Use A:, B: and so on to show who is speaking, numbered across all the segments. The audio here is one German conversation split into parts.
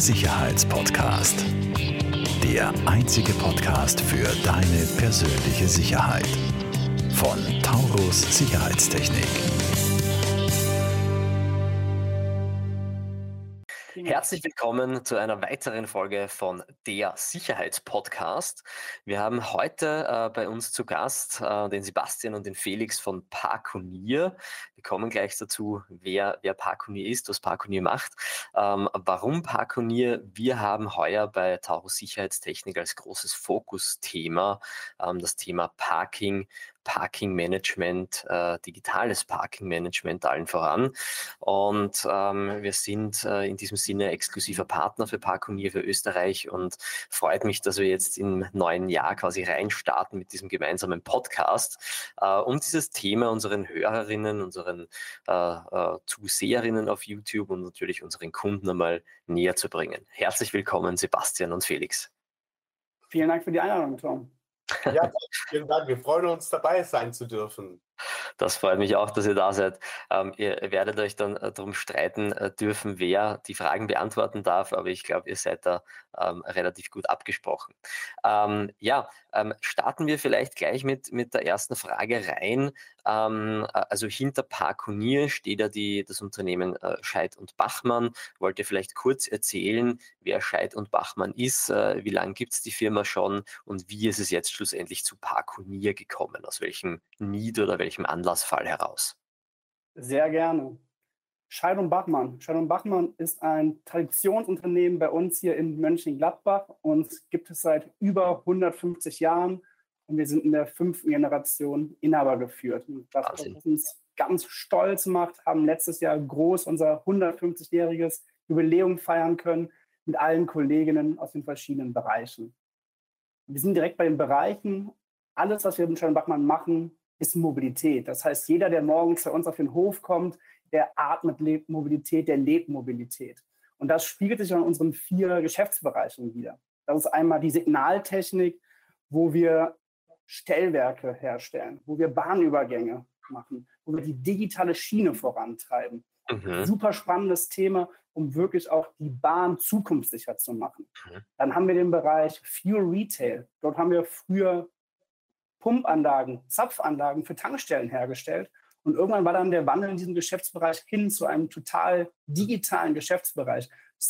A: Sicherheitspodcast. Der einzige Podcast für deine persönliche Sicherheit. Von Taurus Sicherheitstechnik.
B: Herzlich willkommen zu einer weiteren Folge von der Sicherheitspodcast. Wir haben heute bei uns zu Gast den Sebastian und den Felix von Parkonier. Wir kommen gleich dazu, wer Parkonier ist, was Parkonier macht. Warum Parkonier? Wir haben heuer bei Taurus Sicherheitstechnik als großes Fokusthema das Thema Parking-Management, digitales Parking-Management allen voran. Und wir sind in diesem Sinne exklusiver Partner für Parkonier für Österreich und freut mich, dass wir jetzt im neuen Jahr quasi reinstarten mit diesem gemeinsamen Podcast, um dieses Thema unseren Hörerinnen, unseren Zuseherinnen auf YouTube und natürlich unseren Kunden einmal näher zu bringen. Herzlich willkommen, Sebastian und Felix.
C: Vielen Dank für die Einladung, Tom.
D: Ja, vielen Dank. Wir freuen uns, dabei sein zu dürfen.
B: Das freut mich auch, dass ihr da seid. Ihr werdet euch dann darum streiten dürfen, wer die Fragen beantworten darf, aber ich glaube, ihr seid da relativ gut abgesprochen. Starten wir vielleicht gleich mit der ersten Frage rein. Also hinter Parkonier steht ja das Unternehmen Scheidt und Bachmann. Wollt ihr vielleicht kurz erzählen, wer Scheidt und Bachmann ist, wie lange gibt es die Firma schon und wie ist es jetzt schlussendlich zu Parkonier gekommen? Aus welchem Need oder welchem Anlassfall heraus?
C: Sehr gerne. Scheidt und Bachmann. Scheidt und Bachmann ist ein Traditionsunternehmen bei uns hier in Mönchengladbach und gibt es seit über 150 Jahren. Und wir sind in der 5. Generation Inhaber geführt. Und das, was uns ganz stolz macht, haben letztes Jahr groß unser 150-jähriges Jubiläum feiern können mit allen Kolleginnen aus den verschiedenen Bereichen. Wir sind direkt bei den Bereichen. Alles, was wir mit Scheidt und Bachmann machen, ist Mobilität. Das heißt, jeder, der morgens bei uns auf den Hof kommt, der atmet Mobilität, der lebt Mobilität. Und das spiegelt sich in unseren 4 Geschäftsbereichen wieder. Das ist einmal die Signaltechnik, wo wir Stellwerke herstellen, wo wir Bahnübergänge machen, wo wir die digitale Schiene vorantreiben. Super spannendes Thema, um wirklich auch die Bahn zukunftssicher zu machen. Dann haben wir den Bereich Fuel Retail. Dort haben wir früher Pumpanlagen, Zapfanlagen für Tankstellen hergestellt. Und irgendwann war dann der Wandel in diesem Geschäftsbereich hin zu einem total digitalen Geschäftsbereich.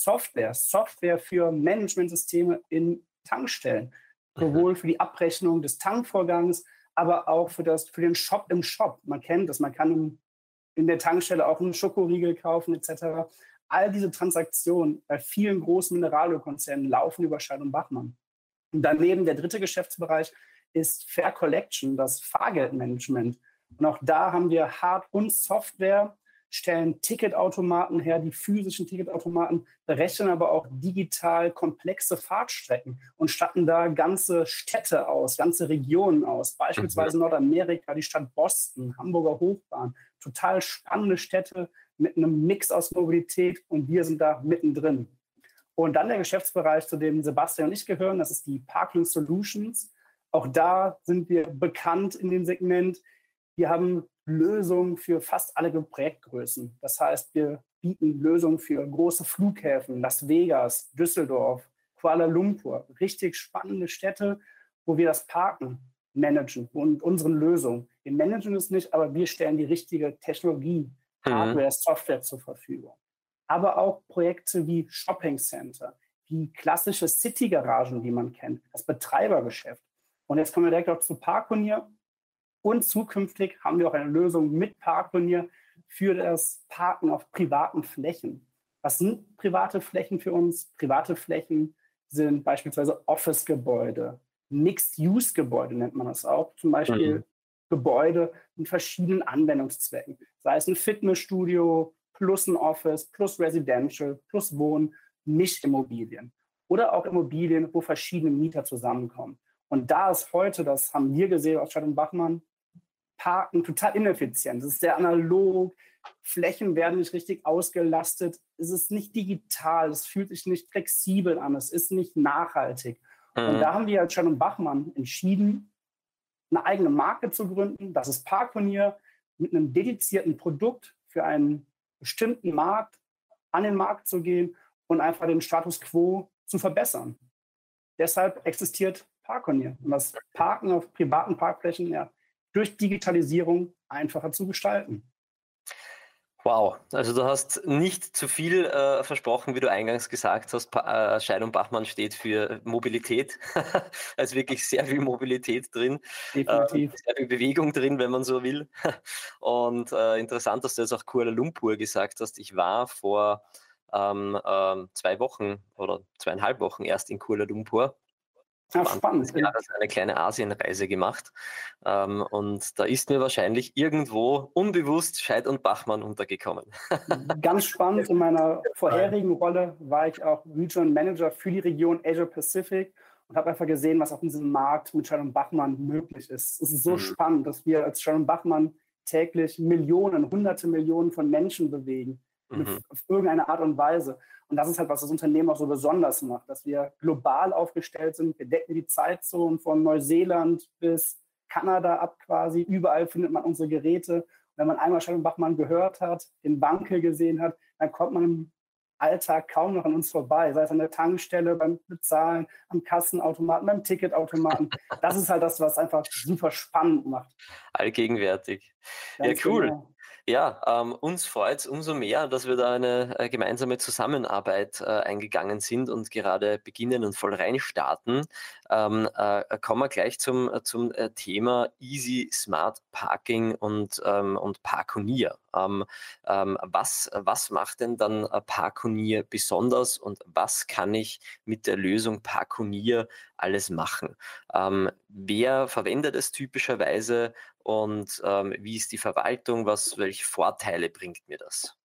C: Software für Managementsysteme in Tankstellen. Sowohl für die Abrechnung des Tankvorgangs, aber auch für den Shop im Shop. Man kennt das, man kann in der Tankstelle auch einen Schokoriegel kaufen etc. All diese Transaktionen bei vielen großen Mineralölkonzernen laufen über Scheidt und Bachmann. Und daneben der 3. Geschäftsbereich ist Fair Collection, das Fahrgeldmanagement. Und auch da haben wir Hard- und Software, stellen Ticketautomaten her, die physischen Ticketautomaten, berechnen aber auch digital komplexe Fahrtstrecken und statten da ganze Städte aus, ganze Regionen aus. Beispielsweise Nordamerika, die Stadt Boston, Hamburger Hochbahn. Total spannende Städte mit einem Mix aus Mobilität und wir sind da mittendrin. Und dann der Geschäftsbereich, zu dem Sebastian und ich gehören, das ist die Parking Solutions. Auch da sind wir bekannt in dem Segment. Wir haben Lösungen für fast alle Projektgrößen. Das heißt, wir bieten Lösungen für große Flughäfen, Las Vegas, Düsseldorf, Kuala Lumpur. Richtig spannende Städte, wo wir das Parken managen und unseren Lösungen. Wir managen es nicht, aber wir stellen die richtige Technologie, Hardware, Software zur Verfügung. Aber auch Projekte wie Shopping Center, wie klassische City-Garagen, die man kennt, das Betreibergeschäft. Und jetzt kommen wir direkt auch zu Parkonier. Und zukünftig haben wir auch eine Lösung mit Parkonier für das Parken auf privaten Flächen. Was sind private Flächen für uns? Private Flächen sind beispielsweise Office-Gebäude, Mixed-Use-Gebäude nennt man das auch. Zum Beispiel Gebäude mit verschiedenen Anwendungszwecken. Sei es ein Fitnessstudio, plus ein Office, plus Residential, plus Wohnen, Mischimmobilien. Oder auch Immobilien, wo verschiedene Mieter zusammenkommen. Und da ist heute, das haben wir gesehen aus Scheidt und Bachmann, Parken total ineffizient. Es ist sehr analog, Flächen werden nicht richtig ausgelastet, es ist nicht digital, es fühlt sich nicht flexibel an, es ist nicht nachhaltig. Und da haben wir als Scheidt und Bachmann entschieden, eine eigene Marke zu gründen. Das ist Parkonier mit einem dedizierten Produkt für einen bestimmten Markt an den Markt zu gehen und einfach den Status quo zu verbessern. Deshalb existiert Parkonier, um das Parken auf privaten Parkflächen durch Digitalisierung einfacher zu gestalten.
B: Wow, also du hast nicht zu viel versprochen, wie du eingangs gesagt hast. Scheid & Bachmann steht für Mobilität. Da ist wirklich sehr viel Mobilität drin,
C: Definitiv.
B: sehr viel Bewegung drin, wenn man so will. Und interessant, dass du jetzt auch Kuala Lumpur gesagt hast. Ich war vor 2 Wochen oder 2,5 Wochen erst in Kuala Lumpur.
C: Ja, spannend.
B: Ich habe eine kleine Asienreise gemacht und da ist mir wahrscheinlich irgendwo unbewusst Scheid & Bachmann untergekommen.
C: Ganz spannend. In meiner vorherigen Rolle war ich auch Regional Manager für die Region Asia Pacific und habe einfach gesehen, was auf diesem Markt mit Scheid & Bachmann möglich ist. Es ist so spannend, dass wir als Scheid & Bachmann täglich Millionen, hunderte Millionen von Menschen bewegen, auf irgendeine Art und Weise. Und das ist halt, was das Unternehmen auch so besonders macht, dass wir global aufgestellt sind. Wir decken die Zeitzonen von Neuseeland bis Kanada ab quasi. Überall findet man unsere Geräte. Und wenn man einmal Scheid & Bachmann gehört hat, den Wankel gesehen hat, dann kommt man im Alltag kaum noch an uns vorbei. Sei es an der Tankstelle, beim Bezahlen, am Kassenautomaten, beim Ticketautomaten. Das ist halt das, was einfach super spannend macht.
B: Allgegenwärtig.
C: Ganz
B: ja, cool.
C: genau.
B: Ja, uns freut es umso mehr, dass wir da eine gemeinsame Zusammenarbeit eingegangen sind und gerade beginnen und voll reinstarten. Kommen wir gleich zum Thema Easy Smart Parking und Parkonier. Was macht denn dann Parkonier besonders und was kann ich mit der Lösung Parkonier alles machen? Wer verwendet es typischerweise? Und wie ist die Verwaltung? Welche Vorteile bringt mir das?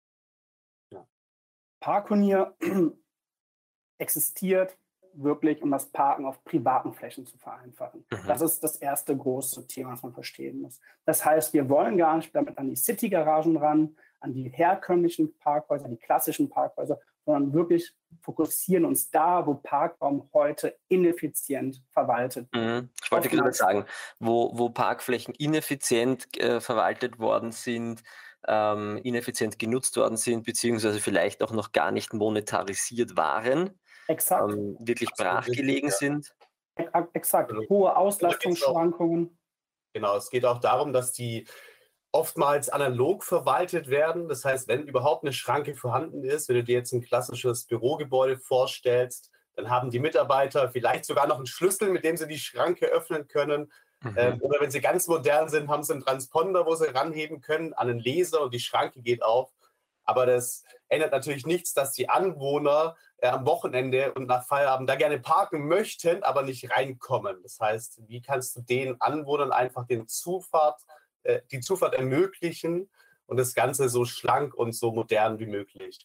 C: Parkonier existiert wirklich, um das Parken auf privaten Flächen zu vereinfachen. Das ist das erste große Thema, was man verstehen muss. Das heißt, wir wollen gar nicht damit an die City-Garagen ran, an die herkömmlichen Parkhäuser, die klassischen Parkhäuser, sondern wirklich fokussieren uns da, wo Parkraum heute ineffizient verwaltet wird.
B: Ich wollte gerade sagen, wo Parkflächen ineffizient verwaltet worden sind, ineffizient genutzt worden sind, beziehungsweise vielleicht auch noch gar nicht monetarisiert waren,
C: Exakt.
B: wirklich brachgelegen sind.
C: Exakt. Hohe Auslastungsschwankungen.
D: Genau, es geht auch darum, dass die oftmals analog verwaltet werden. Das heißt, wenn überhaupt eine Schranke vorhanden ist, wenn du dir jetzt ein klassisches Bürogebäude vorstellst, dann haben die Mitarbeiter vielleicht sogar noch einen Schlüssel, mit dem sie die Schranke öffnen können. Oder wenn sie ganz modern sind, haben sie einen Transponder, wo sie ranheben können, an einen Laser und die Schranke geht auf. Aber das ändert natürlich nichts, dass die Anwohner am Wochenende und nach Feierabend da gerne parken möchten, aber nicht reinkommen. Das heißt, wie kannst du den Anwohnern einfach die Zufahrt ermöglichen und das Ganze so schlank und so modern wie möglich?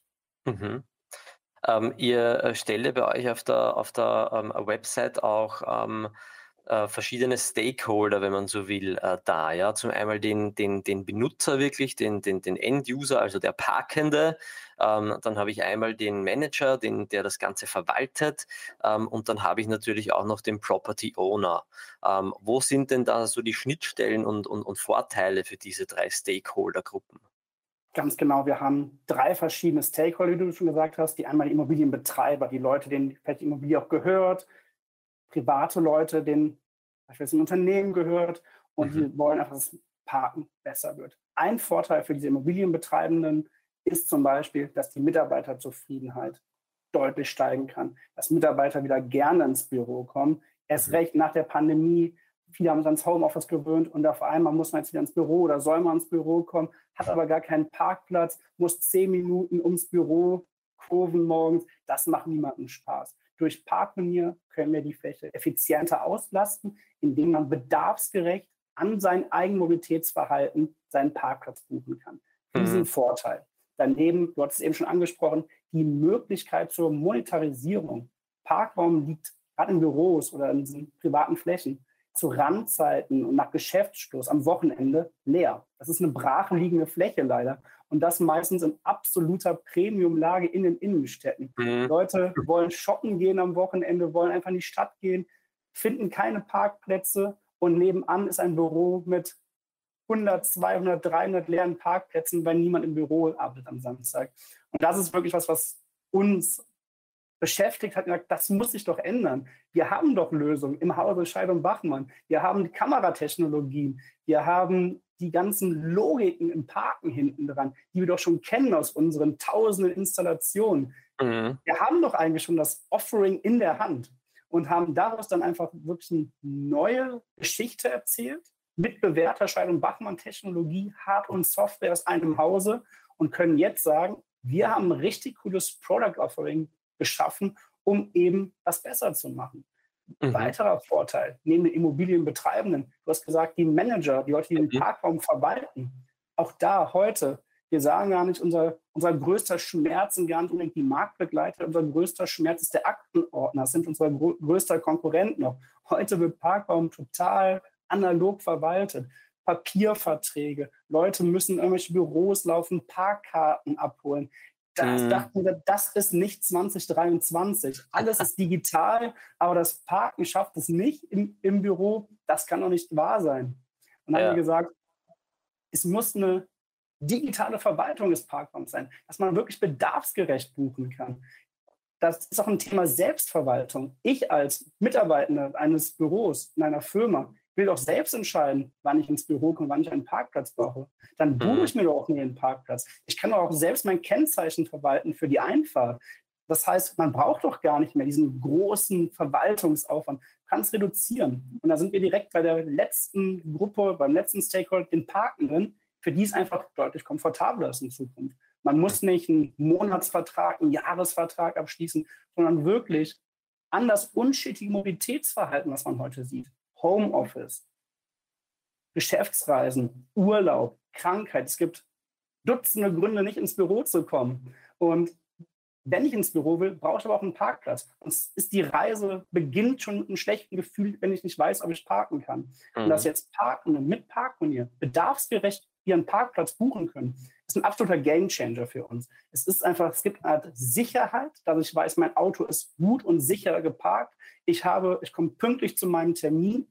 B: Ihr stellt bei euch auf der Website auch verschiedene Stakeholder, wenn man so will, dar. Ja? Zum einen den Benutzer wirklich, den End-User, also der Parkende. Dann habe ich einmal den Manager, der das Ganze verwaltet. Und dann habe ich natürlich auch noch den Property Owner. Wo sind denn da so die Schnittstellen und Vorteile für diese 3 Stakeholder-Gruppen?
C: Ganz genau, wir haben 3 verschiedene Stakeholder, wie du schon gesagt hast. Die einmal die Immobilienbetreiber, die Leute, denen vielleicht die Immobilie auch gehört, private Leute, denen beispielsweise ein Unternehmen gehört und die wollen einfach, dass das Parken besser wird. Ein Vorteil für diese Immobilienbetreibenden ist zum Beispiel, dass die Mitarbeiterzufriedenheit deutlich steigen kann, dass Mitarbeiter wieder gerne ins Büro kommen. Erst recht nach der Pandemie, viele haben sich ans Homeoffice gewöhnt und auf einmal muss man jetzt wieder ins Büro oder soll man ins Büro kommen, hat aber gar keinen Parkplatz, muss 10 Minuten ums Büro kurven morgens. Das macht niemandem Spaß. Durch Parkonier können wir die Fläche effizienter auslasten, indem man bedarfsgerecht an sein Eigenmobilitätsverhalten seinen Parkplatz buchen kann. Diesen Vorteil. Daneben, du hast es eben schon angesprochen, die Möglichkeit zur Monetarisierung. Parkraum liegt gerade in Büros oder in diesen privaten Flächen zu Randzeiten und nach Geschäftsschluss am Wochenende leer. Das ist eine brachliegende Fläche leider. Und das meistens in absoluter Premium-Lage in den Innenstädten. Leute wollen shoppen gehen am Wochenende, wollen einfach in die Stadt gehen, finden keine Parkplätze und nebenan ist ein Büro mit 100, 200, 300 leeren Parkplätzen, weil niemand im Büro arbeitet am Samstag. Und das ist wirklich was uns beschäftigt, hat gesagt, das muss sich doch ändern. Wir haben doch Lösungen im Hause Scheid und Bachmann. Wir haben die Kameratechnologien. Wir haben die ganzen Logiken im Parken hinten dran, die wir doch schon kennen aus unseren tausenden Installationen. Wir haben doch eigentlich schon das Offering in der Hand und haben daraus dann einfach wirklich eine neue Geschichte erzählt, mit bewährter Scheid und Bachmann Technologie, Hard- und Software aus einem Hause und können jetzt sagen, wir haben ein richtig cooles Product Offering geschaffen, um eben das besser zu machen. Weiterer Vorteil, neben den Immobilienbetreibenden, du hast gesagt, die Manager, die heute den Parkraum verwalten, auch da heute, wir sagen gar nicht, unser größter Schmerz sind gar nicht unbedingt die Marktbegleiter, unser größter Schmerz ist der Aktenordner, das sind unser größter Konkurrent noch. Heute wird Parkraum total analog verwaltet. Papierverträge, Leute müssen in irgendwelche Büros laufen, Parkkarten abholen. Das dachten wir, das ist nicht 2023. Alles ist digital, aber das Parken schafft es nicht im Büro. Das kann doch nicht wahr sein. Und dann haben wir gesagt, es muss eine digitale Verwaltung des Parkraums sein, dass man wirklich bedarfsgerecht buchen kann. Das ist auch ein Thema Selbstverwaltung. Ich als Mitarbeitender eines Büros in einer Firma will doch selbst entscheiden, wann ich ins Büro komme, wann ich einen Parkplatz brauche. Dann buche ich mir doch auch nur einen Parkplatz. Ich kann doch auch selbst mein Kennzeichen verwalten für die Einfahrt. Das heißt, man braucht doch gar nicht mehr diesen großen Verwaltungsaufwand. Kann es reduzieren. Und da sind wir direkt bei der letzten Gruppe, beim letzten Stakeholder, den Parkenden, für die es einfach deutlich komfortabler ist in Zukunft. Man muss nicht einen Monatsvertrag, einen Jahresvertrag abschließen, sondern wirklich an das unstetige Mobilitätsverhalten, was man heute sieht. Homeoffice, Geschäftsreisen, Urlaub, Krankheit. Es gibt Dutzende Gründe, nicht ins Büro zu kommen. Und wenn ich ins Büro will, brauche ich aber auch einen Parkplatz. Und die Reise beginnt schon mit einem schlechten Gefühl, wenn ich nicht weiß, ob ich parken kann. Und dass jetzt Parkende mit Parkmonier bedarfsgerecht ihren Parkplatz buchen können, ist ein absoluter Gamechanger für uns. Es ist einfach, es gibt eine Art Sicherheit, dass ich weiß, mein Auto ist gut und sicher geparkt. Ich komme pünktlich zu meinem Termin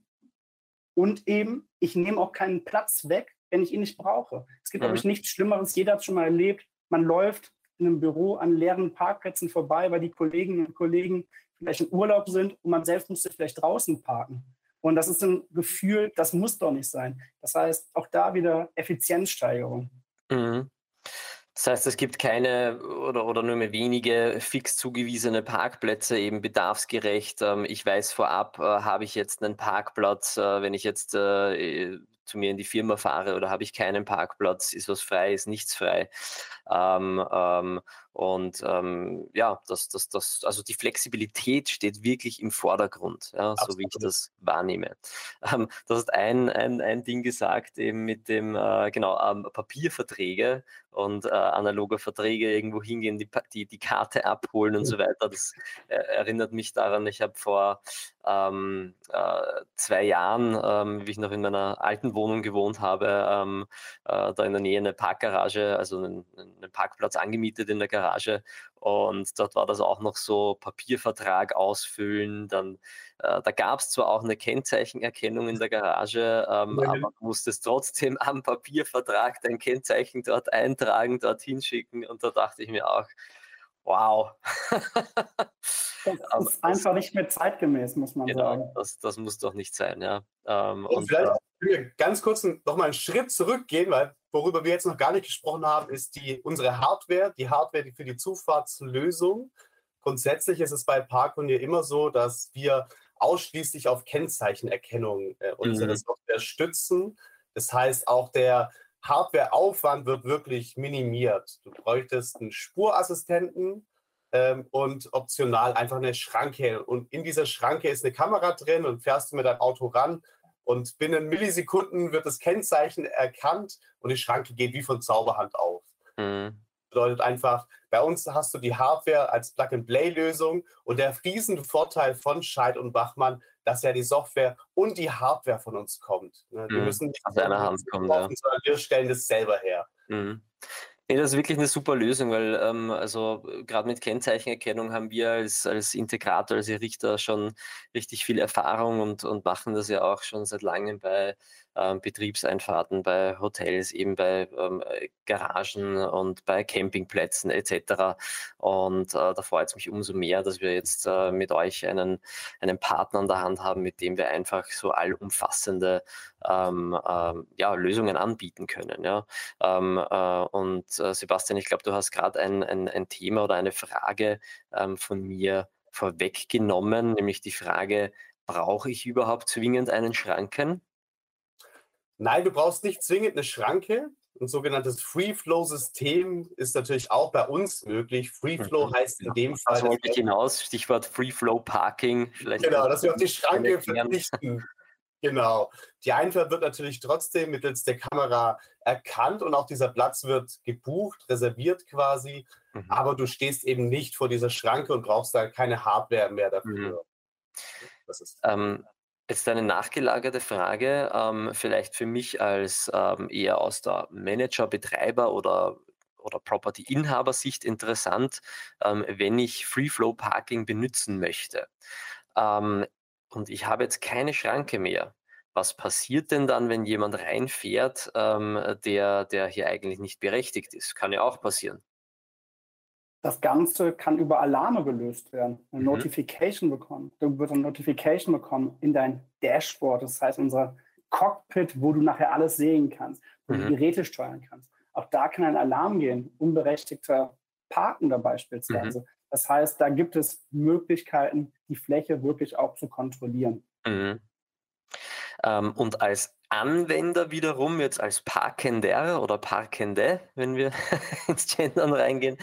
C: und eben, ich nehme auch keinen Platz weg, wenn ich ihn nicht brauche. Es gibt, glaube ich, nichts Schlimmeres. Jeder hat es schon mal erlebt. Man läuft in einem Büro an leeren Parkplätzen vorbei, weil die Kolleginnen und Kollegen vielleicht im Urlaub sind und man selbst musste vielleicht draußen parken. Und das ist ein Gefühl, das muss doch nicht sein. Das heißt, auch da wieder Effizienzsteigerung.
B: Das heißt, es gibt keine oder nur mehr wenige fix zugewiesene Parkplätze, eben bedarfsgerecht. Ich weiß vorab, habe ich jetzt einen Parkplatz, wenn ich jetzt zu mir in die Firma fahre, oder habe ich keinen Parkplatz, ist was frei, ist nichts frei. Also die Flexibilität steht wirklich im Vordergrund, ja, so wie ich das wahrnehme. Du hast ein Ding gesagt, eben mit dem Papierverträge und analoge Verträge, irgendwo hingehen, die Karte abholen und so weiter. Das erinnert mich daran, ich habe vor 2 Jahren, wie ich noch in meiner alten Wohnung gewohnt habe, da in der Nähe eine Parkgarage, also einen Parkplatz angemietet in der Garage, und dort war das auch noch so, Papiervertrag ausfüllen, dann da gab es zwar auch eine Kennzeichenerkennung in der Garage, aber du musstest trotzdem am Papiervertrag dein Kennzeichen dort eintragen, dort hinschicken, und da dachte ich mir auch, wow.
C: Das ist einfach nicht mehr zeitgemäß, muss man sagen.
B: Das muss doch nicht sein, ja.
D: Und vielleicht können wir ganz kurz noch mal einen Schritt zurückgehen, weil worüber wir jetzt noch gar nicht gesprochen haben, ist unsere Hardware, die für die Zufahrtslösung. Grundsätzlich ist es bei Parkmonier immer so, dass wir ausschließlich auf Kennzeichenerkennung unsere Software stützen. Das heißt, auch der Hardwareaufwand wird wirklich minimiert. Du bräuchtest einen Spurassistenten und optional einfach eine Schranke. Und in dieser Schranke ist eine Kamera drin, und fährst du mit deinem Auto ran, und binnen Millisekunden wird das Kennzeichen erkannt und die Schranke geht wie von Zauberhand auf. Bedeutet einfach, bei uns hast du die Hardware als Plug-and-Play-Lösung, und der riesen Vorteil von Scheid und Bachmann, dass ja die Software und die Hardware von uns kommt. Wir müssen nicht
B: aus einer Hand kommen,
D: sondern wir stellen das selber her.
B: Nee, das ist wirklich eine super Lösung, weil gerade mit Kennzeichenerkennung haben wir als Integrator, als Richter schon richtig viel Erfahrung und machen das ja auch schon seit langem bei Betriebseinfahrten, bei Hotels, eben bei Garagen und bei Campingplätzen etc. Und da freut es mich umso mehr, dass wir jetzt mit euch einen Partner an der Hand haben, mit dem wir einfach so allumfassende Lösungen anbieten können. Ja? Und Sebastian, ich glaube, du hast gerade ein Thema oder eine Frage von mir vorweggenommen, nämlich die Frage, brauche ich überhaupt zwingend einen Schranken?
D: Nein, du brauchst nicht zwingend eine Schranke. Ein sogenanntes Free-Flow-System ist natürlich auch bei uns möglich. Free-Flow heißt in dem Fall...
B: Also wollte ich hinaus, Stichwort Free-Flow-Parking.
D: Genau, dass wir auf die Schranke verzichten. Genau. Die Einfahrt wird natürlich trotzdem mittels der Kamera erkannt und auch dieser Platz wird gebucht, reserviert quasi. Aber du stehst eben nicht vor dieser Schranke und brauchst da keine Hardware mehr dafür. Das ist
B: jetzt eine nachgelagerte Frage, vielleicht für mich als eher aus der Manager-, Betreiber- oder Property-Inhaber-Sicht interessant, wenn ich Free-Flow-Parking benutzen möchte. Und ich habe jetzt keine Schranke mehr. Was passiert denn dann, wenn jemand reinfährt, der hier eigentlich nicht berechtigt ist? Kann ja auch passieren.
C: Das Ganze kann über Alarme gelöst werden. Eine Notification bekommen. Du wirst eine Notification bekommen in dein Dashboard, das heißt unser Cockpit, wo du nachher alles sehen kannst, wo du Geräte steuern kannst. Auch da kann ein Alarm gehen, unberechtigter Parkender beispielsweise. Das heißt, da gibt es Möglichkeiten, die Fläche wirklich auch zu kontrollieren.
B: Und als Anwender wiederum, jetzt als Parkender oder Parkende, wenn wir ins Gendern reingehen,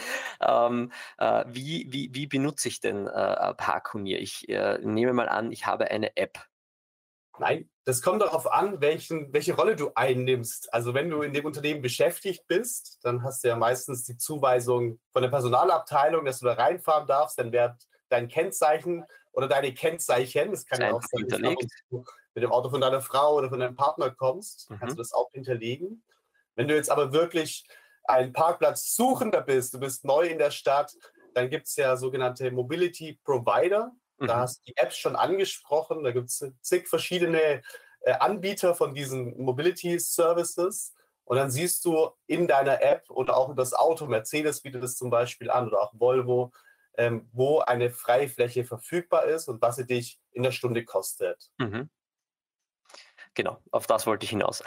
B: wie benutze ich denn Parkonier? Ich nehme mal an, ich habe eine App.
D: Nein, das kommt darauf an, welche Rolle du einnimmst. Also wenn du in dem Unternehmen beschäftigt bist, dann hast du ja meistens die Zuweisung von der Personalabteilung, dass du da reinfahren darfst, dann wird dein Kennzeichen oder deine Kennzeichen, das kann ja auch sein, dass du mit dem Auto von deiner Frau oder von deinem Partner kommst, kannst du das auch hinterlegen. Wenn du jetzt aber wirklich ein Parkplatzsuchender bist, du bist neu in der Stadt, dann gibt es ja sogenannte Mobility Provider. Da hast du die Apps schon angesprochen. Da gibt es zig verschiedene Anbieter von diesen Mobility Services. Und dann siehst du in deiner App oder auch über das Auto, Mercedes bietet das zum Beispiel an oder auch Volvo, wo eine Freifläche verfügbar ist und was sie dich in der Stunde kostet.
B: Genau, auf das wollte ich hinaus.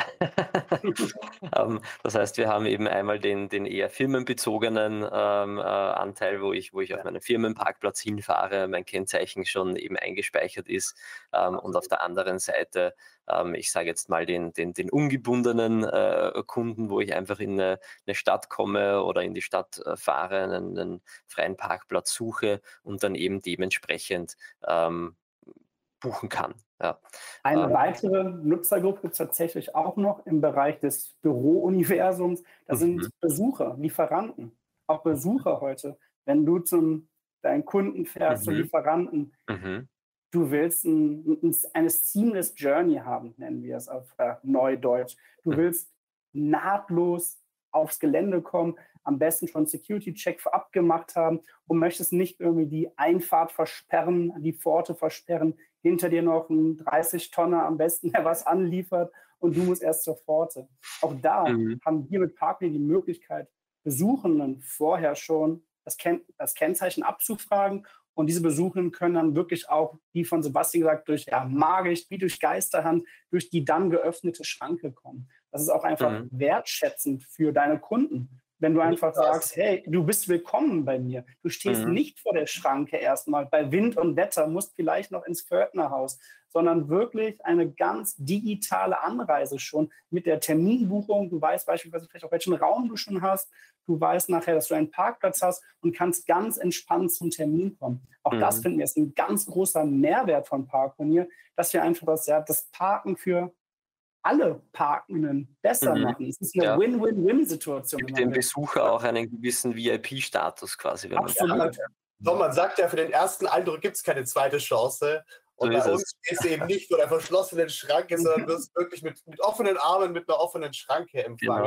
B: Das heißt, wir haben eben einmal den eher firmenbezogenen Anteil, wo ich auf meinen Firmenparkplatz hinfahre, mein Kennzeichen schon eben eingespeichert ist, und auf der anderen Seite, ich sage jetzt mal den ungebundenen Kunden, wo ich einfach in eine Stadt komme oder in die Stadt fahre, einen freien Parkplatz suche und dann eben dementsprechend buchen kann. Ja.
C: Eine weitere Nutzergruppe gibt es tatsächlich auch noch im Bereich des Bürouniversums. Das sind Besucher, Lieferanten. Auch Besucher heute. Wenn du zu deinen Kunden fährst, zu Lieferanten, du willst eine seamless Journey haben, nennen wir es auf Neudeutsch. Du willst nahtlos aufs Gelände kommen, am besten schon einen Security-Check vorab gemacht haben und möchtest nicht irgendwie die Einfahrt versperren, die Pforte versperren, hinter dir noch ein 30-Tonner am besten, der was anliefert und du musst erst zur Pforte. Auch da haben wir mit Parkonier die Möglichkeit, Besuchenden vorher schon das Kennzeichen abzufragen und diese Besuchenden können dann wirklich auch, wie von Sebastian gesagt, durch magisch, wie durch Geisterhand, durch die dann geöffnete Schranke kommen. Das ist auch einfach wertschätzend für deine Kunden. Wenn du einfach sagst, hey, du bist willkommen bei mir. Du stehst nicht vor der Schranke erstmal, bei Wind und Wetter, musst vielleicht noch ins Pförtnerhaus, sondern wirklich eine ganz digitale Anreise schon mit der Terminbuchung. Du weißt beispielsweise vielleicht auch, welchen Raum du schon hast. Du weißt nachher, dass du einen Parkplatz hast und kannst ganz entspannt zum Termin kommen. Auch das finden wir ist ein ganz großer Mehrwert von Parkonier, dass wir einfach das Parken für alle Parkenden besser machen. Es ist eine Win-Win-Win-Situation.
B: Gibt dem Besucher auch einen gewissen VIP-Status quasi. Wenn
C: Absolut.
D: Man sagt ja, für den ersten Eindruck gibt es keine zweite Chance. Und bei uns ist eben nicht vor der verschlossenen Schranke, sondern du wirst wirklich mit offenen Armen, mit einer offenen Schranke empfangen.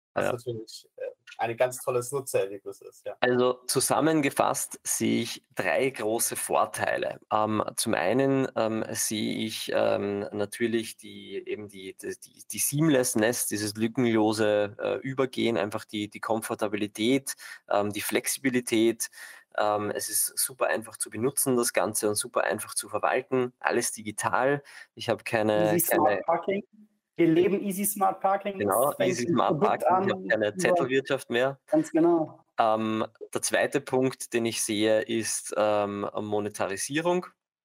D: Was natürlich ein ganz tolles Nutzererlebnis ist. Ja.
B: Also zusammengefasst sehe ich 3 große Vorteile. Zum einen sehe ich natürlich die Seamlessness, dieses lückenlose Übergehen, einfach die Komfortabilität, die Flexibilität. Es ist super einfach zu benutzen, das Ganze, und super einfach zu verwalten. Alles digital. Ich habe keine
C: Smart Parking. Wir leben Easy Smart Parking.
B: Genau, Easy Smart Parking. Ich habe keine Zettelwirtschaft mehr.
C: Ganz genau.
B: Der zweite Punkt, den ich sehe, ist Monetarisierung.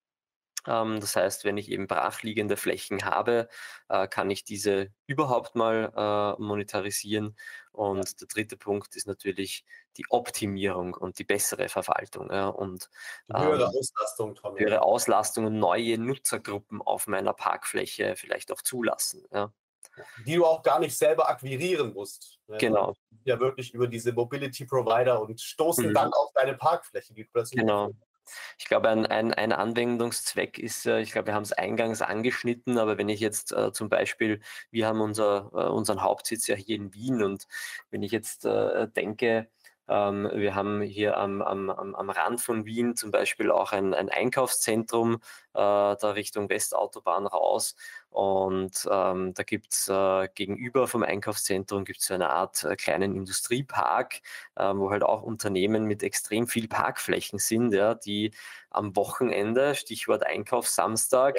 B: Das heißt, wenn ich eben brachliegende Flächen habe, kann ich diese überhaupt mal monetarisieren. Und der dritte Punkt ist natürlich die Optimierung und die bessere Verwaltung. Ja, und
D: höhere Auslastung, Tom.
B: Höhere Auslastung und neue Nutzergruppen auf meiner Parkfläche vielleicht auch zulassen. Ja.
D: Die du auch gar nicht selber akquirieren musst.
B: Genau.
D: Ja, wirklich über diese Mobility Provider und stoßen dann auf deine Parkfläche.
B: Genau. Ich glaube, ein Anwendungszweck ist, ich glaube, wir haben es eingangs angeschnitten, aber wenn ich jetzt zum Beispiel, wir haben unseren Hauptsitz ja hier in Wien, und wenn ich jetzt denke, wir haben hier am Rand von Wien zum Beispiel auch ein Einkaufszentrum, da Richtung Westautobahn raus, und da gibt es gegenüber vom Einkaufszentrum gibt's so eine Art kleinen Industriepark, wo halt auch Unternehmen mit extrem viel Parkflächen sind, ja, die am Wochenende, Stichwort Einkaufssamstag,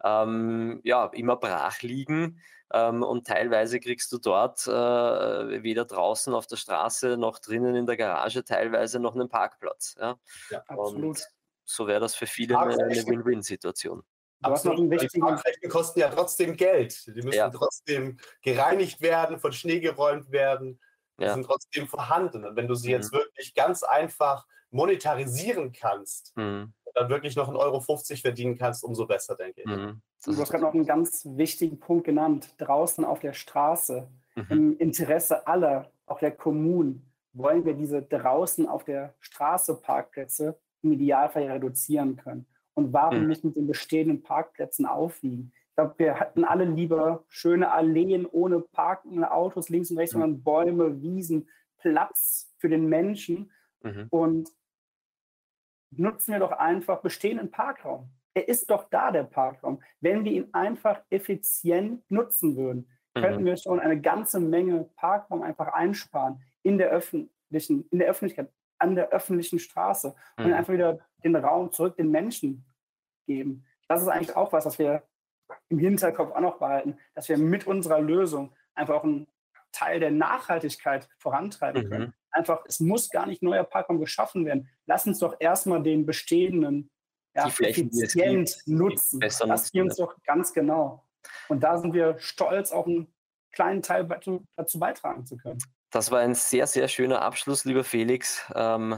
B: immer brach liegen. Und teilweise kriegst du dort weder draußen auf der Straße noch drinnen in der Garage teilweise noch einen Parkplatz. Ja?
C: Ja, absolut.
B: Und so wäre das für viele eine Win-Win-Situation.
D: Absolut. Die Parkflächen kosten ja trotzdem Geld. Die müssen trotzdem gereinigt werden, von Schnee geräumt werden. Die sind trotzdem vorhanden. Und wenn du sie jetzt wirklich ganz einfach monetarisieren kannst, dann wirklich noch 1,50 Euro verdienen kannst, umso besser, denke ich.
C: Du hast gerade noch einen ganz wichtigen Punkt genannt. Draußen auf der Straße, im Interesse aller, auch der Kommunen, wollen wir diese draußen auf der Straße Parkplätze im Idealfall reduzieren können. Und warum nicht mit den bestehenden Parkplätzen aufwiegen? Ich glaube, wir hatten alle lieber schöne Alleen ohne parkende Autos links und rechts, sondern Bäume, Wiesen, Platz für den Menschen. Und nutzen wir doch einfach bestehenden Parkraum. Er ist doch da, der Parkraum. Wenn wir ihn einfach effizient nutzen würden, könnten wir schon eine ganze Menge Parkraum einfach einsparen in der Öffentlichkeit, an der öffentlichen Straße, und einfach wieder den Raum zurück den Menschen geben. Das ist eigentlich auch was wir im Hinterkopf auch noch behalten, dass wir mit unserer Lösung einfach auch einen Teil der Nachhaltigkeit vorantreiben können. Einfach, es muss gar nicht neuer Parkraum geschaffen werden. Lass uns doch erstmal den bestehenden effizient nutzen. Das wir uns doch ganz genau. Und da sind wir stolz, auch einen kleinen Teil dazu beitragen zu können.
B: Das war ein sehr, sehr schöner Abschluss, lieber Felix. Du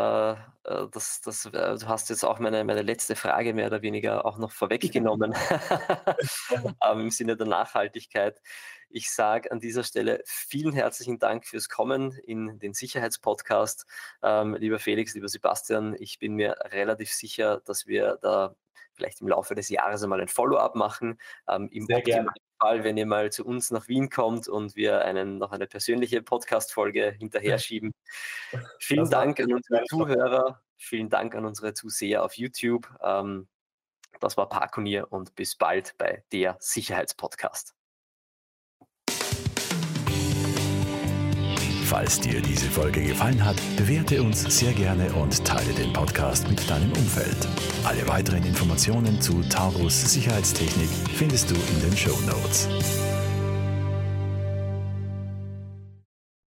B: hast jetzt auch meine letzte Frage mehr oder weniger auch noch vorweggenommen im Sinne der Nachhaltigkeit. Ich sage an dieser Stelle vielen herzlichen Dank fürs Kommen in den Sicherheitspodcast. Lieber Felix, lieber Sebastian, ich bin mir relativ sicher, dass wir da vielleicht im Laufe des Jahres einmal ein Follow-up machen. Im Optimalfall, wenn ihr mal zu uns nach Wien kommt und wir noch eine persönliche Podcast-Folge hinterher schieben. Vielen Dank an unsere Zuhörer, vielen Dank an unsere Zuseher auf YouTube. Das war Parkonier und bis bald bei der Sicherheitspodcast.
A: Falls dir diese Folge gefallen hat, bewerte uns sehr gerne und teile den Podcast mit deinem Umfeld. Alle weiteren Informationen zu Taurus Sicherheitstechnik findest du in den Shownotes.